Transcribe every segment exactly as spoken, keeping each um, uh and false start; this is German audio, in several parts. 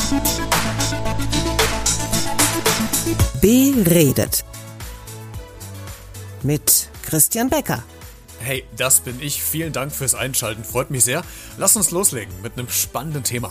Beredet mit Christian Becker. Hey, das bin ich. Vielen Dank fürs Einschalten. Freut mich sehr. Lass uns loslegen mit einem spannenden Thema.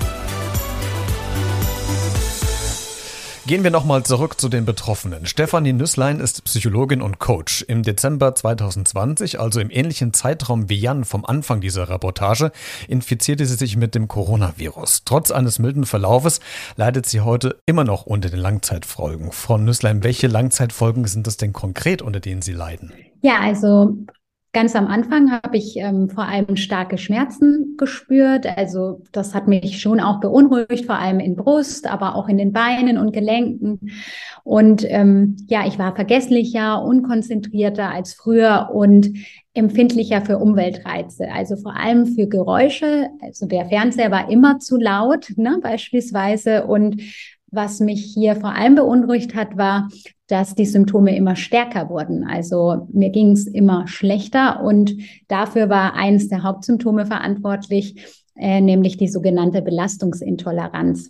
Gehen wir nochmal zurück zu den Betroffenen. Stefanie Nüßlein ist Psychologin und Coach. Im Dezember zwanzig zwanzig, also im ähnlichen Zeitraum wie Jan vom Anfang dieser Reportage, infizierte sie sich mit dem Coronavirus. Trotz eines milden Verlaufes leidet sie heute immer noch unter den Langzeitfolgen. Frau Nüßlein, welche Langzeitfolgen sind es denn konkret, unter denen Sie leiden? Ja, also ganz am Anfang habe ich ähm, vor allem starke Schmerzen gespürt. Also das hat mich schon auch beunruhigt, vor allem in Brust, aber auch in den Beinen und Gelenken. Und ähm, ja, ich war vergesslicher, unkonzentrierter als früher und empfindlicher für Umweltreize, also vor allem für Geräusche. Also der Fernseher war immer zu laut, ne, beispielsweise. Und was mich hier vor allem beunruhigt hat, war, dass die Symptome immer stärker wurden. Also mir ging es immer schlechter und dafür war eines der Hauptsymptome verantwortlich, äh, nämlich die sogenannte Belastungsintoleranz.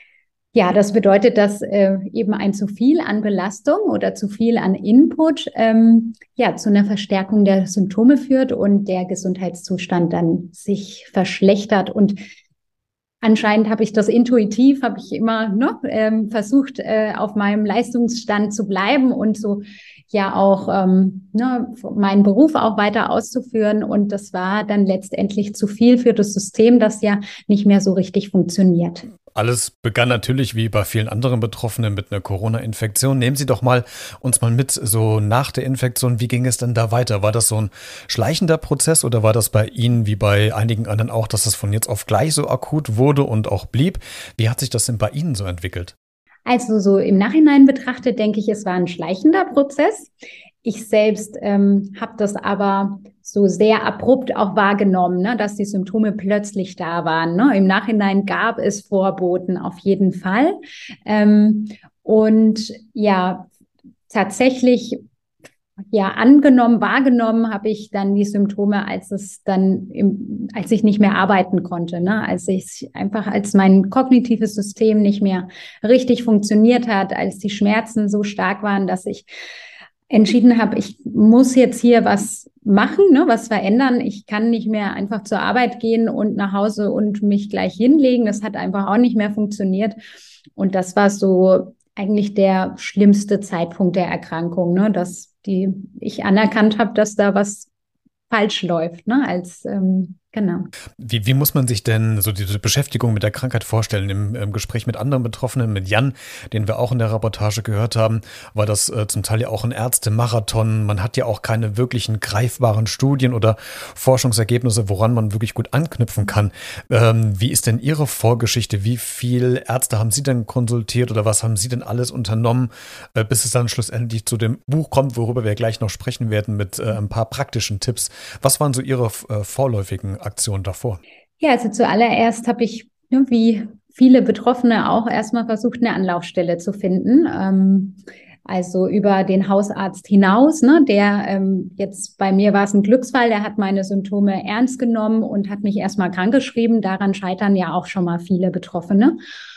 Ja, das bedeutet, dass äh, eben ein zu viel an Belastung oder zu viel an Input ähm, ja zu einer Verstärkung der Symptome führt und der Gesundheitszustand dann sich verschlechtert. Und anscheinend habe ich das intuitiv, habe ich immer ne, ähm, versucht, äh, auf meinem Leistungsstand zu bleiben und so ja auch ähm, ne, meinen Beruf auch weiter auszuführen. Und das war dann letztendlich zu viel für das System, das ja nicht mehr so richtig funktioniert. Alles begann natürlich wie bei vielen anderen Betroffenen mit einer Corona-Infektion. Nehmen Sie doch mal uns mal mit, so nach der Infektion, wie ging es denn da weiter? War das so ein schleichender Prozess oder war das bei Ihnen wie bei einigen anderen auch, dass es von jetzt auf gleich so akut wurde und auch blieb? Wie hat sich das denn bei Ihnen so entwickelt? Also so im Nachhinein betrachtet, denke ich, es war ein schleichender Prozess. Ich selbst ähm, habe das aber so sehr abrupt auch wahrgenommen, ne, dass die Symptome plötzlich da waren. Ne? Im Nachhinein gab es Vorboten auf jeden Fall. Ähm, und ja, tatsächlich ja angenommen, wahrgenommen habe ich dann die Symptome, als es dann, im, als ich nicht mehr arbeiten konnte, ne? Als ich einfach, als mein kognitives System nicht mehr richtig funktioniert hat, als die Schmerzen so stark waren, dass ich entschieden habe, ich muss jetzt hier was machen, ne, was verändern. Ich kann nicht mehr einfach zur Arbeit gehen und nach Hause und mich gleich hinlegen. Das hat einfach auch nicht mehr funktioniert. Und das war so eigentlich der schlimmste Zeitpunkt der Erkrankung, ne, dass die ich anerkannt habe, dass da was falsch läuft, ne, als ähm, genau. Wie, wie muss man sich denn so diese Beschäftigung mit der Krankheit vorstellen? Im, im Gespräch mit anderen Betroffenen, mit Jan, den wir auch in der Reportage gehört haben, war das äh, zum Teil ja auch ein Ärztemarathon. Man hat ja auch keine wirklichen greifbaren Studien oder Forschungsergebnisse, woran man wirklich gut anknüpfen kann. Ähm, wie ist denn Ihre Vorgeschichte? Wie viele Ärzte haben Sie denn konsultiert oder was haben Sie denn alles unternommen, äh, bis es dann schlussendlich zu dem Buch kommt, worüber wir gleich noch sprechen werden mit äh, ein paar praktischen Tipps? Was waren so Ihre äh, vorläufigen Aktion davor? Ja, also zuallererst habe ich, ne, wie viele Betroffene auch, erstmal versucht, eine Anlaufstelle zu finden. Ähm, also über den Hausarzt hinaus, ne, der ähm, jetzt bei mir war es ein Glücksfall, der hat meine Symptome ernst genommen und hat mich erstmal krankgeschrieben. Daran scheitern ja auch schon mal viele Betroffene.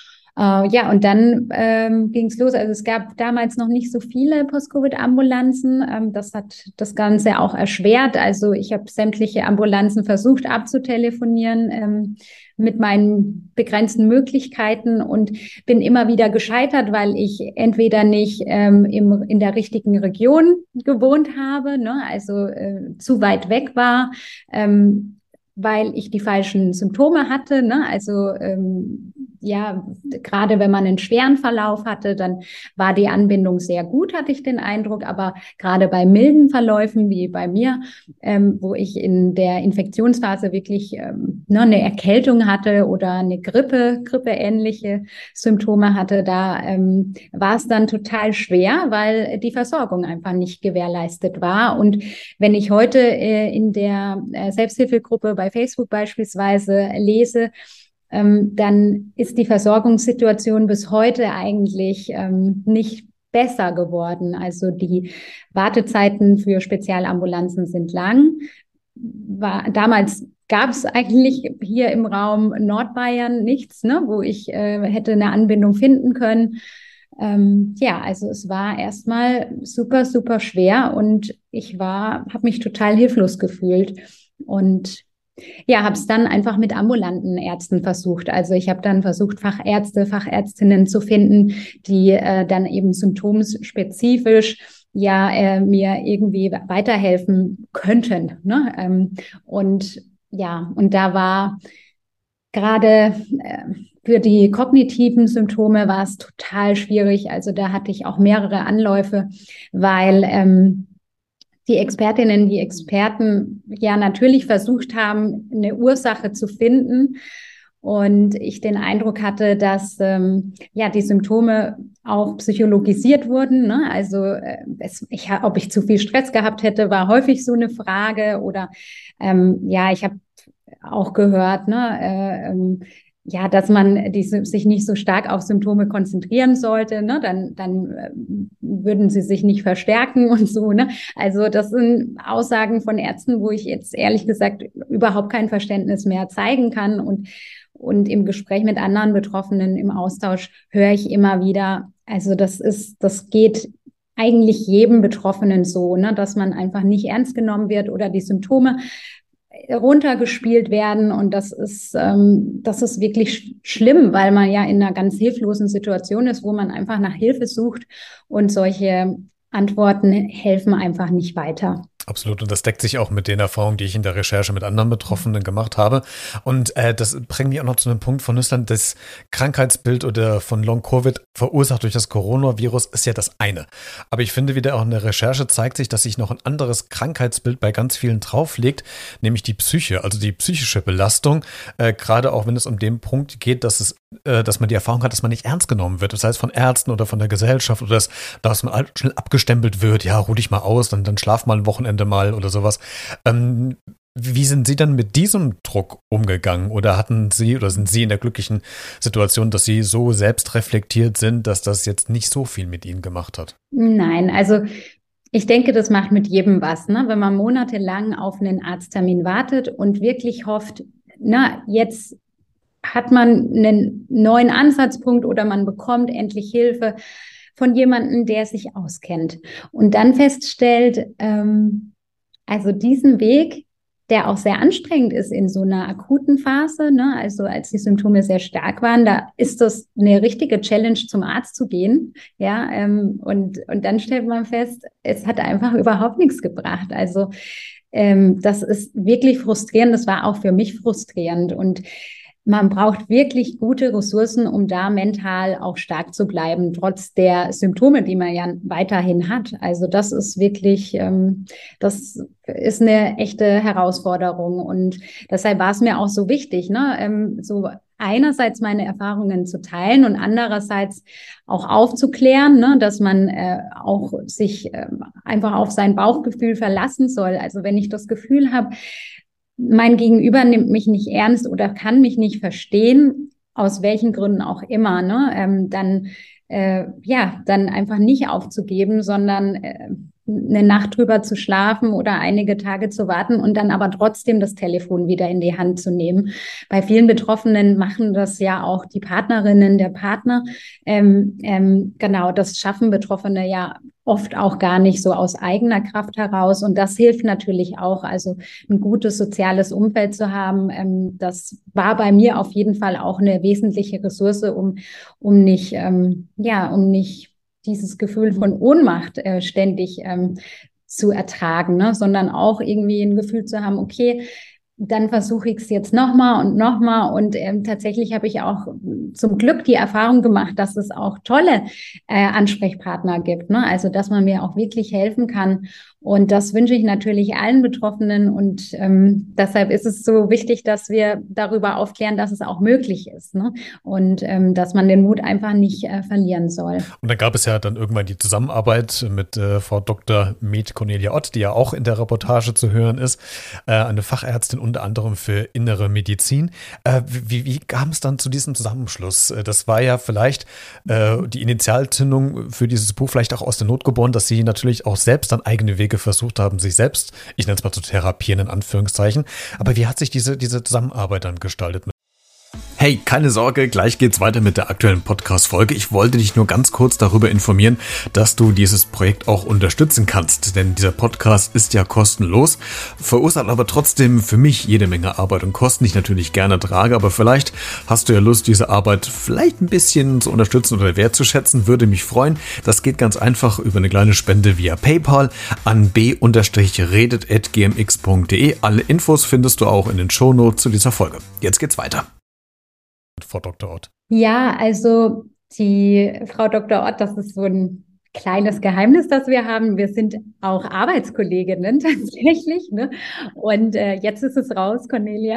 Uh, ja, und dann ähm, ging es los. Also es gab damals noch nicht so viele Post-Covid-Ambulanzen. Ähm, das hat das Ganze auch erschwert. Also ich habe sämtliche Ambulanzen versucht abzutelefonieren ähm, mit meinen begrenzten Möglichkeiten und bin immer wieder gescheitert, weil ich entweder nicht ähm, im, in der richtigen Region gewohnt habe, ne? Also äh, zu weit weg war, ähm, weil ich die falschen Symptome hatte, ne? Also ähm, ja, gerade wenn man einen schweren Verlauf hatte, dann war die Anbindung sehr gut, hatte ich den Eindruck. Aber gerade bei milden Verläufen wie bei mir, ähm, wo ich in der Infektionsphase wirklich ähm, ne, eine Erkältung hatte oder eine Grippe, grippeähnliche Symptome hatte, da ähm, war es dann total schwer, weil die Versorgung einfach nicht gewährleistet war. Und wenn ich heute äh, in der äh, Selbsthilfegruppe bei Facebook beispielsweise lese, ähm, dann ist die Versorgungssituation bis heute eigentlich ähm, nicht besser geworden. Also die Wartezeiten für Spezialambulanzen sind lang. War, damals gab es eigentlich hier im Raum Nordbayern nichts, ne, wo ich äh, hätte eine Anbindung finden können. Ähm, ja, also es war erstmal super, super schwer und ich war, habe mich total hilflos gefühlt und ja, habe es dann einfach mit ambulanten Ärzten versucht. Also ich habe dann versucht, Fachärzte, Fachärztinnen zu finden, die äh, dann eben symptomspezifisch ja äh, mir irgendwie weiterhelfen könnten. Ne? Ähm, und ja, und da war gerade äh, für die kognitiven Symptome war es total schwierig. Also da hatte ich auch mehrere Anläufe, weil ähm, die Expertinnen, die Experten ja natürlich versucht haben, eine Ursache zu finden. Und ich den Eindruck hatte, dass ähm, ja die Symptome auch psychologisiert wurden. Ne? Also äh, es, ich, ob ich zu viel Stress gehabt hätte, war häufig so eine Frage. Oder ähm, ja, ich habe auch gehört, ne, äh, ähm, ja, dass man die, sich nicht so stark auf Symptome konzentrieren sollte, ne? Dann, dann äh, würden sie sich nicht verstärken und so, ne? Also das sind Aussagen von Ärzten, wo ich jetzt ehrlich gesagt überhaupt kein Verständnis mehr zeigen kann. Und, und im Gespräch mit anderen Betroffenen, im Austausch höre ich immer wieder, also das ist, das geht eigentlich jedem Betroffenen so, ne? Dass man einfach nicht ernst genommen wird oder die Symptome runtergespielt werden und das ist, ähm, das ist wirklich sch- schlimm, weil man ja in einer ganz hilflosen Situation ist, wo man einfach nach Hilfe sucht und solche Antworten helfen einfach nicht weiter. Absolut. Und das deckt sich auch mit den Erfahrungen, die ich in der Recherche mit anderen Betroffenen gemacht habe. Und äh, das bringt mich auch noch zu einem Punkt von Nüssland. Das Krankheitsbild oder von Long-Covid verursacht durch das Coronavirus ist ja das eine. Aber ich finde wieder auch in der Recherche zeigt sich, dass sich noch ein anderes Krankheitsbild bei ganz vielen drauflegt, nämlich die Psyche, also die psychische Belastung. Äh, gerade auch wenn es um den Punkt geht, dass es, äh, dass man die Erfahrung hat, dass man nicht ernst genommen wird. Das heißt von Ärzten oder von der Gesellschaft oder dass, dass man schnell abgestempelt wird. Ja, ruh dich mal aus, dann, dann schlaf mal ein Wochenende mal oder sowas. Ähm, wie sind Sie dann mit diesem Druck umgegangen? Oder hatten Sie oder sind Sie in der glücklichen Situation, dass Sie so selbstreflektiert sind, dass das jetzt nicht so viel mit Ihnen gemacht hat? Nein, also ich denke, das macht mit jedem was, ne? Wenn man monatelang auf einen Arzttermin wartet und wirklich hofft, na, jetzt hat man einen neuen Ansatzpunkt oder man bekommt endlich Hilfe von jemandem, der sich auskennt. Und dann feststellt, ähm, also diesen Weg, der auch sehr anstrengend ist in so einer akuten Phase, ne? Also als die Symptome sehr stark waren, da ist das eine richtige Challenge, zum Arzt zu gehen. Ja, ähm, und, und dann stellt man fest, es hat einfach überhaupt nichts gebracht. Also ähm, das ist wirklich frustrierend. Das war auch für mich frustrierend. Und man braucht wirklich gute Ressourcen, um da mental auch stark zu bleiben, trotz der Symptome, die man ja weiterhin hat. Also das ist wirklich, ähm, das ist eine echte Herausforderung. Und deshalb war es mir auch so wichtig, ne, ähm, so einerseits meine Erfahrungen zu teilen und andererseits auch aufzuklären, ne, dass man äh, auch sich äh, einfach auf sein Bauchgefühl verlassen soll. Also wenn ich das Gefühl habe, mein Gegenüber nimmt mich nicht ernst oder kann mich nicht verstehen, aus welchen Gründen auch immer, ne? Ähm, dann äh, ja, dann einfach nicht aufzugeben, sondern äh, eine Nacht drüber zu schlafen oder einige Tage zu warten und dann aber trotzdem das Telefon wieder in die Hand zu nehmen. Bei vielen Betroffenen machen das ja auch die Partnerinnen, der Partner. Ähm, ähm, genau, das schaffen Betroffene ja oft auch gar nicht so aus eigener Kraft heraus. Und das hilft natürlich auch, also ein gutes soziales Umfeld zu haben. Ähm, das war bei mir auf jeden Fall auch eine wesentliche Ressource, um, um nicht, ähm, ja, um nicht dieses Gefühl von Ohnmacht äh, ständig ähm, zu ertragen, ne? Sondern auch irgendwie ein Gefühl zu haben, okay, dann versuche ich es jetzt nochmal und nochmal. Und ähm, tatsächlich habe ich auch zum Glück die Erfahrung gemacht, dass es auch tolle äh, Ansprechpartner gibt, ne? Also dass man mir auch wirklich helfen kann. Und das wünsche ich natürlich allen Betroffenen. Und ähm, deshalb ist es so wichtig, dass wir darüber aufklären, dass es auch möglich ist, ne? Und ähm, dass man den Mut einfach nicht äh, verlieren soll. Und dann gab es ja dann irgendwann die Zusammenarbeit mit äh, Frau Doktor Med Cornelia Ott, die ja auch in der Reportage zu hören ist, äh, eine Fachärztin unter anderem für innere Medizin. Äh, wie, wie kam es dann zu diesem Zusammenschluss? Das war ja vielleicht äh, die Initialzündung für dieses Buch vielleicht auch aus der Not geboren, dass Sie natürlich auch selbst dann eigene Wege einige versucht haben, sich selbst, ich nenne es mal zu therapieren in Anführungszeichen. Aber wie hat sich diese, diese Zusammenarbeit dann gestaltet? Hey, keine Sorge, gleich geht's weiter mit der aktuellen Podcast-Folge. Ich wollte dich nur ganz kurz darüber informieren, dass du dieses Projekt auch unterstützen kannst, denn dieser Podcast ist ja kostenlos, verursacht aber trotzdem für mich jede Menge Arbeit und Kosten, die ich natürlich gerne trage, aber vielleicht hast du ja Lust, diese Arbeit vielleicht ein bisschen zu unterstützen oder wertzuschätzen, würde mich freuen. Das geht ganz einfach über eine kleine Spende via PayPal an b redet at g m x punkt d e. Alle Infos findest du auch in den Shownotes zu dieser Folge. Jetzt geht's weiter. Frau Doktor Ott. Ja, also die Frau Doktor Ott, das ist so ein kleines Geheimnis, das wir haben. Wir sind auch Arbeitskolleginnen tatsächlich, ne? Und äh, jetzt ist es raus, Cornelia.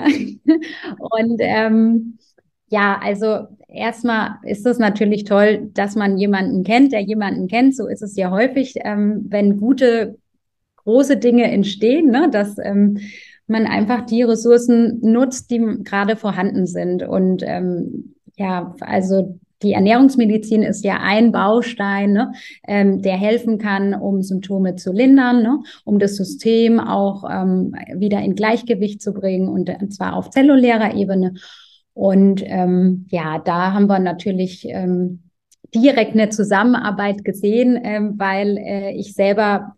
Und ähm, ja, also erstmal ist es natürlich toll, dass man jemanden kennt, der jemanden kennt. So ist es ja häufig, ähm, wenn gute, große Dinge entstehen, ne? Dass ähm, man einfach die Ressourcen nutzt, die gerade vorhanden sind. Und ähm, ja, also die Ernährungsmedizin ist ja ein Baustein, ne, ähm, der helfen kann, um Symptome zu lindern, ne, um das System auch ähm, wieder in Gleichgewicht zu bringen und, und zwar auf zellulärer Ebene. Und ähm, ja, da haben wir natürlich ähm, direkt eine Zusammenarbeit gesehen, ähm, weil äh, ich selber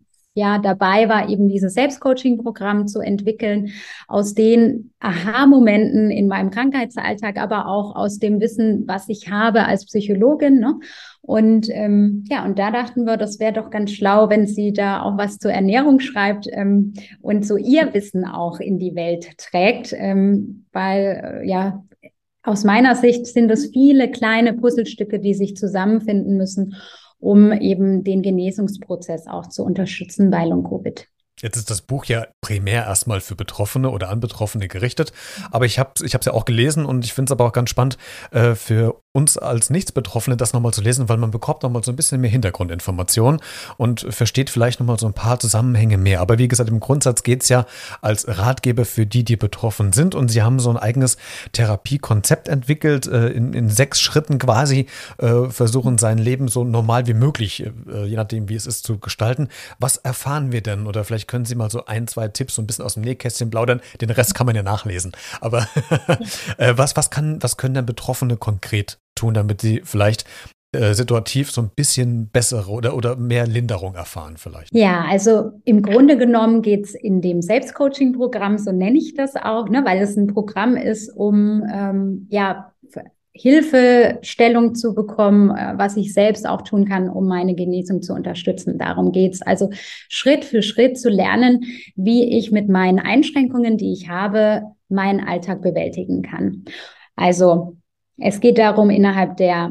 ja dabei war, eben dieses Selbstcoaching-Programm zu entwickeln, aus den Aha-Momenten in meinem Krankheitsalltag, aber auch aus dem Wissen, was ich habe als Psychologin, ne? Und ähm, ja, und da dachten wir, das wäre doch ganz schlau, wenn sie da auch was zur Ernährung schreibt ähm, und so ihr Wissen auch in die Welt trägt, ähm, weil äh, ja, aus meiner Sicht sind es viele kleine Puzzlestücke, die sich zusammenfinden müssen, um eben den Genesungsprozess auch zu unterstützen bei Long-Covid. Jetzt ist das Buch ja primär erstmal für Betroffene oder an Betroffene gerichtet, aber ich habe es ich hab's ja auch gelesen und ich finde es aber auch ganz spannend äh, für uns als Nichtsbetroffene das nochmal zu lesen, weil man bekommt nochmal so ein bisschen mehr Hintergrundinformationen und versteht vielleicht nochmal so ein paar Zusammenhänge mehr. Aber wie gesagt, im Grundsatz geht es ja als Ratgeber für die, die betroffen sind und Sie haben so ein eigenes Therapiekonzept entwickelt, äh, in, in sechs Schritten quasi äh, versuchen sein Leben so normal wie möglich, äh, je nachdem wie es ist, zu gestalten. Was erfahren wir denn? Oder vielleicht können Sie mal so ein, zwei Tipps so ein bisschen aus dem Nähkästchen plaudern. Den Rest kann man ja nachlesen. Aber äh, was, was, kann, was können denn Betroffene konkret tun, damit sie vielleicht äh, situativ so ein bisschen bessere oder, oder mehr Linderung erfahren vielleicht? Ja, also im Grunde genommen geht es in dem Selbstcoaching-Programm, so nenne ich das auch, ne, weil es ein Programm ist, um ähm, ja Hilfestellung zu bekommen, was ich selbst auch tun kann, um meine Genesung zu unterstützen. Darum geht's. Also Schritt für Schritt zu lernen, wie ich mit meinen Einschränkungen, die ich habe, meinen Alltag bewältigen kann. Also es geht darum, innerhalb der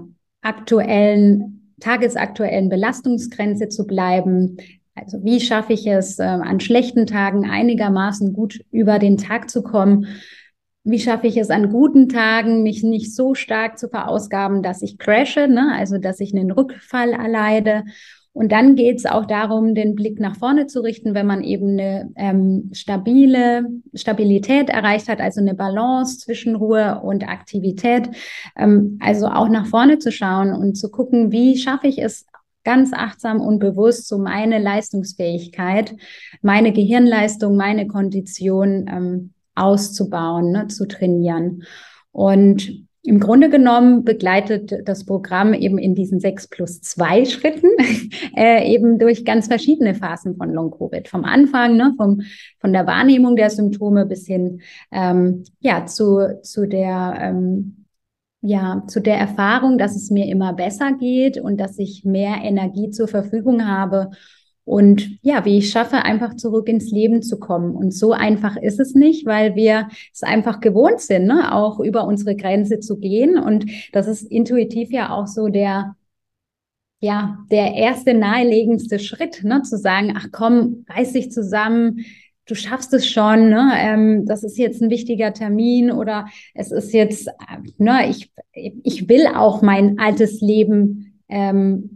aktuellen, tagesaktuellen Belastungsgrenze zu bleiben. Also wie schaffe ich es, äh, an schlechten Tagen einigermaßen gut über den Tag zu kommen? Wie schaffe ich es an guten Tagen, mich nicht so stark zu verausgaben, dass ich crashe, ne? Also dass ich einen Rückfall erleide. Und dann geht es auch darum, den Blick nach vorne zu richten, wenn man eben eine ähm, stabile Stabilität erreicht hat, also eine Balance zwischen Ruhe und Aktivität. Ähm, also auch nach vorne zu schauen und zu gucken, wie schaffe ich es, ganz achtsam und bewusst so meine Leistungsfähigkeit, meine Gehirnleistung, meine Kondition ähm, auszubauen, ne, zu trainieren. Und im Grunde genommen begleitet das Programm eben in diesen sechs plus zwei Schritten äh, eben durch ganz verschiedene Phasen von Long-Covid. Vom Anfang, ne, vom, von der Wahrnehmung der Symptome bis hin ähm, ja, zu, zu der ähm, ja, zu der Erfahrung, dass es mir immer besser geht und dass ich mehr Energie zur Verfügung habe. Und ja, wie ich schaffe, einfach zurück ins Leben zu kommen. Und so einfach ist es nicht, weil wir es einfach gewohnt sind, ne, auch über unsere Grenze zu gehen. Und das ist intuitiv ja auch so der, ja, der erste naheliegendste Schritt, ne, zu sagen, ach komm, reiß dich zusammen, du schaffst es schon, ne, ähm, das ist jetzt ein wichtiger Termin oder es ist jetzt, ne, ich, ich will auch mein altes Leben, ähm,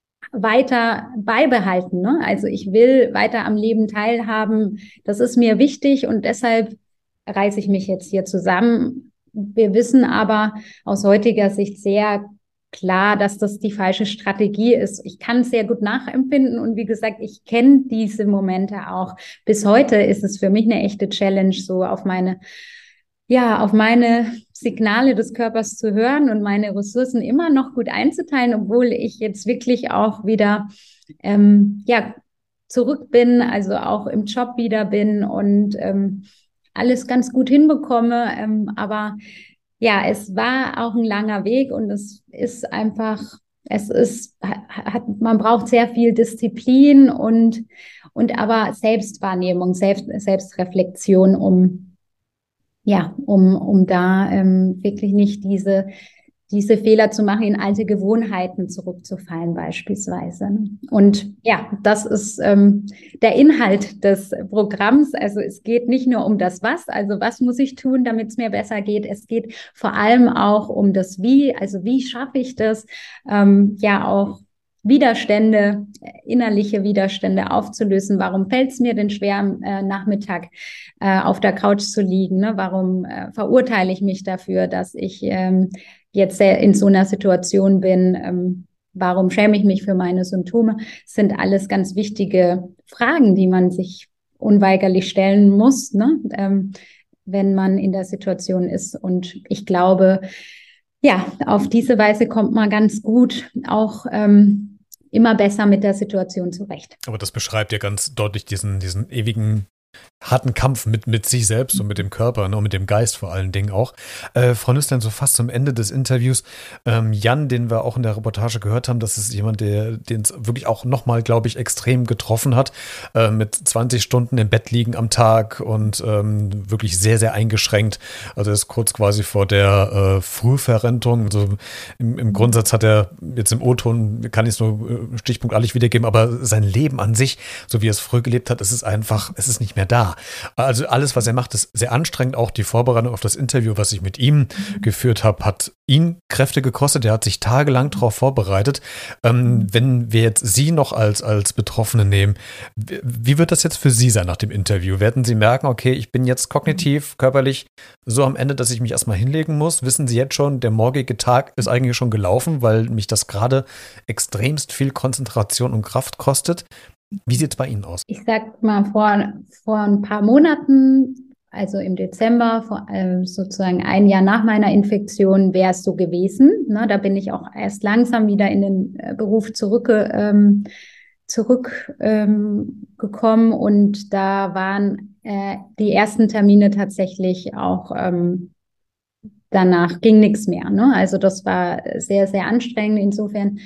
weiter beibehalten, ne? Also ich will weiter am Leben teilhaben. Das ist mir wichtig und deshalb reiße ich mich jetzt hier zusammen. Wir wissen aber aus heutiger Sicht sehr klar, dass das die falsche Strategie ist. Ich kann es sehr gut nachempfinden und wie gesagt, ich kenne diese Momente auch. Bis heute ist es für mich eine echte Challenge, so auf meine, ja, auf meine Signale des Körpers zu hören und meine Ressourcen immer noch gut einzuteilen, obwohl ich jetzt wirklich auch wieder, ähm, ja, zurück bin, also auch im Job wieder bin und ähm, alles ganz gut hinbekomme. Ähm, aber ja, es war auch ein langer Weg und es ist einfach, es ist, hat, man braucht sehr viel Disziplin und, und aber Selbstwahrnehmung, Selbst, Selbstreflexion, um, ja, um, um da ähm, wirklich nicht diese diese Fehler zu machen, in alte Gewohnheiten zurückzufallen beispielsweise. Und ja, das ist ähm, der Inhalt des Programms. Also es geht nicht nur um das Was, also was muss ich tun, damit es mir besser geht. Es geht vor allem auch um das Wie, also wie schaffe ich das, ähm, ja auch Widerstände, innerliche Widerstände aufzulösen. Warum fällt es mir denn schwer, am äh, Nachmittag äh, auf der Couch zu liegen? Ne? Warum äh, verurteile ich mich dafür, dass ich ähm, jetzt in so einer Situation bin? Ähm, warum schäme ich mich für meine Symptome? Das sind alles ganz wichtige Fragen, die man sich unweigerlich stellen muss, ne? ähm, wenn man in der Situation ist. Und ich glaube, ja, auf diese Weise kommt man ganz gut auch ähm, immer besser mit der Situation zurecht. Aber das beschreibt ja ganz deutlich diesen, diesen ewigen harten Kampf mit, mit sich selbst und mit dem Körper, ne, und mit dem Geist vor allen Dingen auch. Äh, Frau Nüßlein, so fast zum Ende des Interviews, ähm, Jan, den wir auch in der Reportage gehört haben, das ist jemand, der den es wirklich auch nochmal, glaube ich, extrem getroffen hat, äh, mit zwanzig Stunden im Bett liegen am Tag und ähm, wirklich sehr, sehr eingeschränkt. Also er ist kurz quasi vor der äh, Frühverrentung. Also im, im Grundsatz hat er jetzt im O-Ton, kann ich es nur äh, stichpunktartig wiedergeben, aber sein Leben an sich, so wie er es früh gelebt hat, es ist einfach, es ist nicht mehr da. Also alles, was er macht, ist sehr anstrengend. Auch die Vorbereitung auf das Interview, was ich mit ihm mhm. geführt habe, hat ihn Kräfte gekostet. Er hat sich tagelang darauf vorbereitet. Ähm, wenn wir jetzt Sie noch als, als Betroffene nehmen, wie, wie wird das jetzt für Sie sein nach dem Interview? Werden Sie merken, okay, ich bin jetzt kognitiv, körperlich so am Ende, dass ich mich erstmal hinlegen muss? Wissen Sie jetzt schon, der morgige Tag ist eigentlich schon gelaufen, weil mich das gerade extremst viel Konzentration und Kraft kostet? Wie sieht es bei Ihnen aus? Ich sag mal, vor, vor ein paar Monaten, also im Dezember, vor, äh, sozusagen ein Jahr nach meiner Infektion, wäre es so gewesen. Ne? Da bin ich auch erst langsam wieder in den äh, Beruf zurückge, ähm, zurückgekommen ähm, und da waren äh, die ersten Termine tatsächlich auch ähm, danach ging nichts mehr. Ne? Also das war sehr, sehr anstrengend. Insofern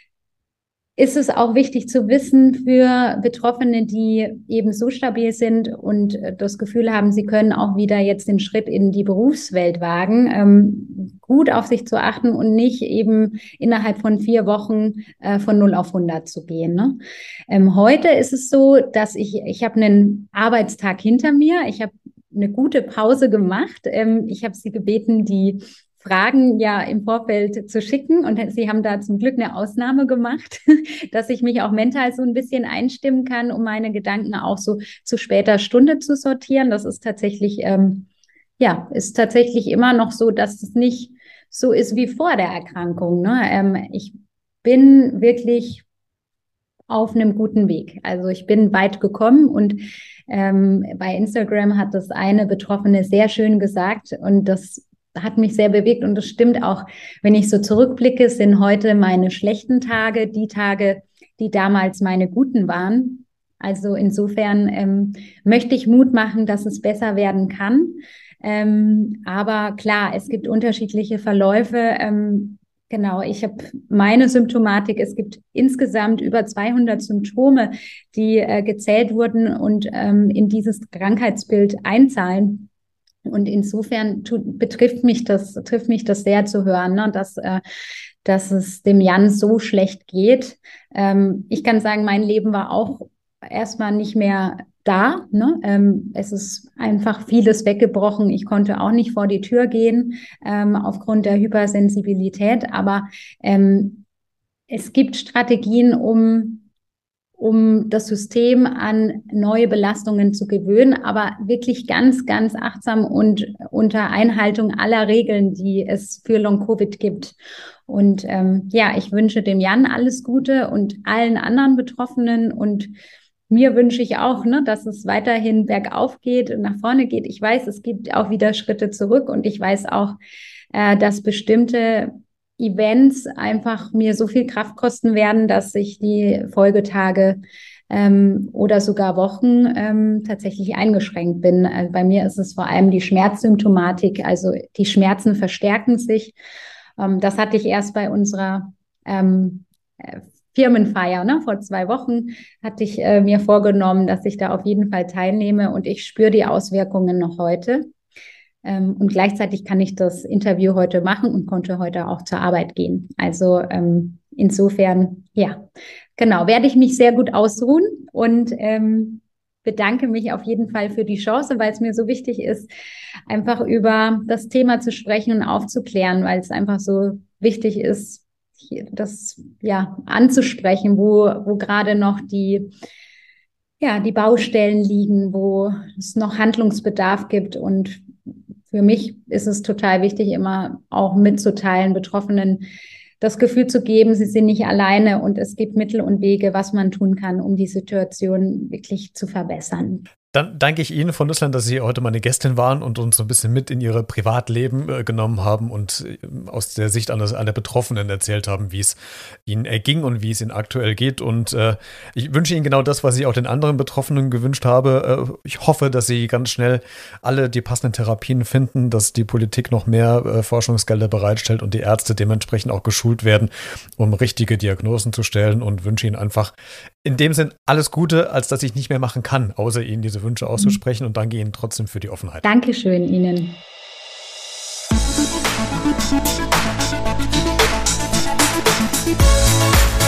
ist es auch wichtig zu wissen für Betroffene, die eben so stabil sind und das Gefühl haben, sie können auch wieder jetzt den Schritt in die Berufswelt wagen, ähm, gut auf sich zu achten und nicht eben innerhalb von vier Wochen äh, von null auf hundert zu gehen. Ne? Ähm, heute ist es so, dass ich, ich habe einen Arbeitstag hinter mir, ich habe eine gute Pause gemacht. Ähm, ich habe Sie gebeten, die Fragen ja im Vorfeld zu schicken und Sie haben da zum Glück eine Ausnahme gemacht, dass ich mich auch mental so ein bisschen einstimmen kann, um meine Gedanken auch so zu später Stunde zu sortieren. Das ist tatsächlich, ähm, ja, ist tatsächlich immer noch so, dass es nicht so ist wie vor der Erkrankung. Ne? Ähm, ich bin wirklich auf einem guten Weg. Also ich bin weit gekommen und ähm, bei Instagram hat das eine Betroffene sehr schön gesagt und das hat mich sehr bewegt und das stimmt auch, wenn ich so zurückblicke, sind heute meine schlechten Tage die Tage, die damals meine guten waren. Also insofern ähm, möchte ich Mut machen, dass es besser werden kann. Ähm, aber klar, es gibt unterschiedliche Verläufe. Ähm, genau, ich habe meine Symptomatik. Es gibt insgesamt über zweihundert Symptome, die äh, gezählt wurden und ähm, in dieses Krankheitsbild einzahlen. Und insofern tut, betrifft mich das, trifft mich das sehr zu hören, ne, dass, äh, dass es dem Jan so schlecht geht. Ähm, ich kann sagen, mein Leben war auch erstmal nicht mehr da. Ne? Ähm, es ist einfach vieles weggebrochen. Ich konnte auch nicht vor die Tür gehen ähm, aufgrund der Hypersensibilität. Aber ähm, es gibt Strategien, um um das System an neue Belastungen zu gewöhnen, aber wirklich ganz, ganz achtsam und unter Einhaltung aller Regeln, die es für Long-Covid gibt. Und ähm, ja, ich wünsche dem Jan alles Gute und allen anderen Betroffenen, und mir wünsche ich auch, ne, dass es weiterhin bergauf geht und nach vorne geht. Ich weiß, es gibt auch wieder Schritte zurück, und ich weiß auch, äh, dass bestimmte Events einfach mir so viel Kraft kosten werden, dass ich die Folgetage ähm, oder sogar Wochen ähm, tatsächlich eingeschränkt bin. Also bei mir ist es vor allem die Schmerzsymptomatik, also die Schmerzen verstärken sich. Ähm, das hatte ich erst bei unserer ähm, Firmenfeier, ne? Vor zwei Wochen hatte ich äh, mir vorgenommen, dass ich da auf jeden Fall teilnehme, und ich spüre die Auswirkungen noch heute. Ähm, und gleichzeitig kann ich das Interview heute machen und konnte heute auch zur Arbeit gehen. Also ähm, insofern, ja, genau, werde ich mich sehr gut ausruhen und ähm, bedanke mich auf jeden Fall für die Chance, weil es mir so wichtig ist, einfach über das Thema zu sprechen und aufzuklären, weil es einfach so wichtig ist, das ja anzusprechen, wo, wo gerade noch die, ja, die Baustellen liegen, wo es noch Handlungsbedarf gibt. Und für mich ist es total wichtig, immer auch mitzuteilen, Betroffenen das Gefühl zu geben, sie sind nicht alleine, und es gibt Mittel und Wege, was man tun kann, um die Situation wirklich zu verbessern. Dann danke ich Ihnen, Frau Nusslein, dass Sie heute meine Gästin waren und uns so ein bisschen mit in Ihr Privatleben äh, genommen haben und äh, aus der Sicht eines, einer Betroffenen erzählt haben, wie es Ihnen erging und wie es Ihnen aktuell geht. Und äh, ich wünsche Ihnen genau das, was ich auch den anderen Betroffenen gewünscht habe. Äh, ich hoffe, dass Sie ganz schnell alle die passenden Therapien finden, dass die Politik noch mehr äh, Forschungsgelder bereitstellt und die Ärzte dementsprechend auch geschult werden, um richtige Diagnosen zu stellen, und wünsche Ihnen einfach in dem Sinn alles Gute, als dass ich nicht mehr machen kann, außer Ihnen diese Wünsche auszusprechen, und danke Ihnen trotzdem für die Offenheit. Dankeschön Ihnen. Thank you.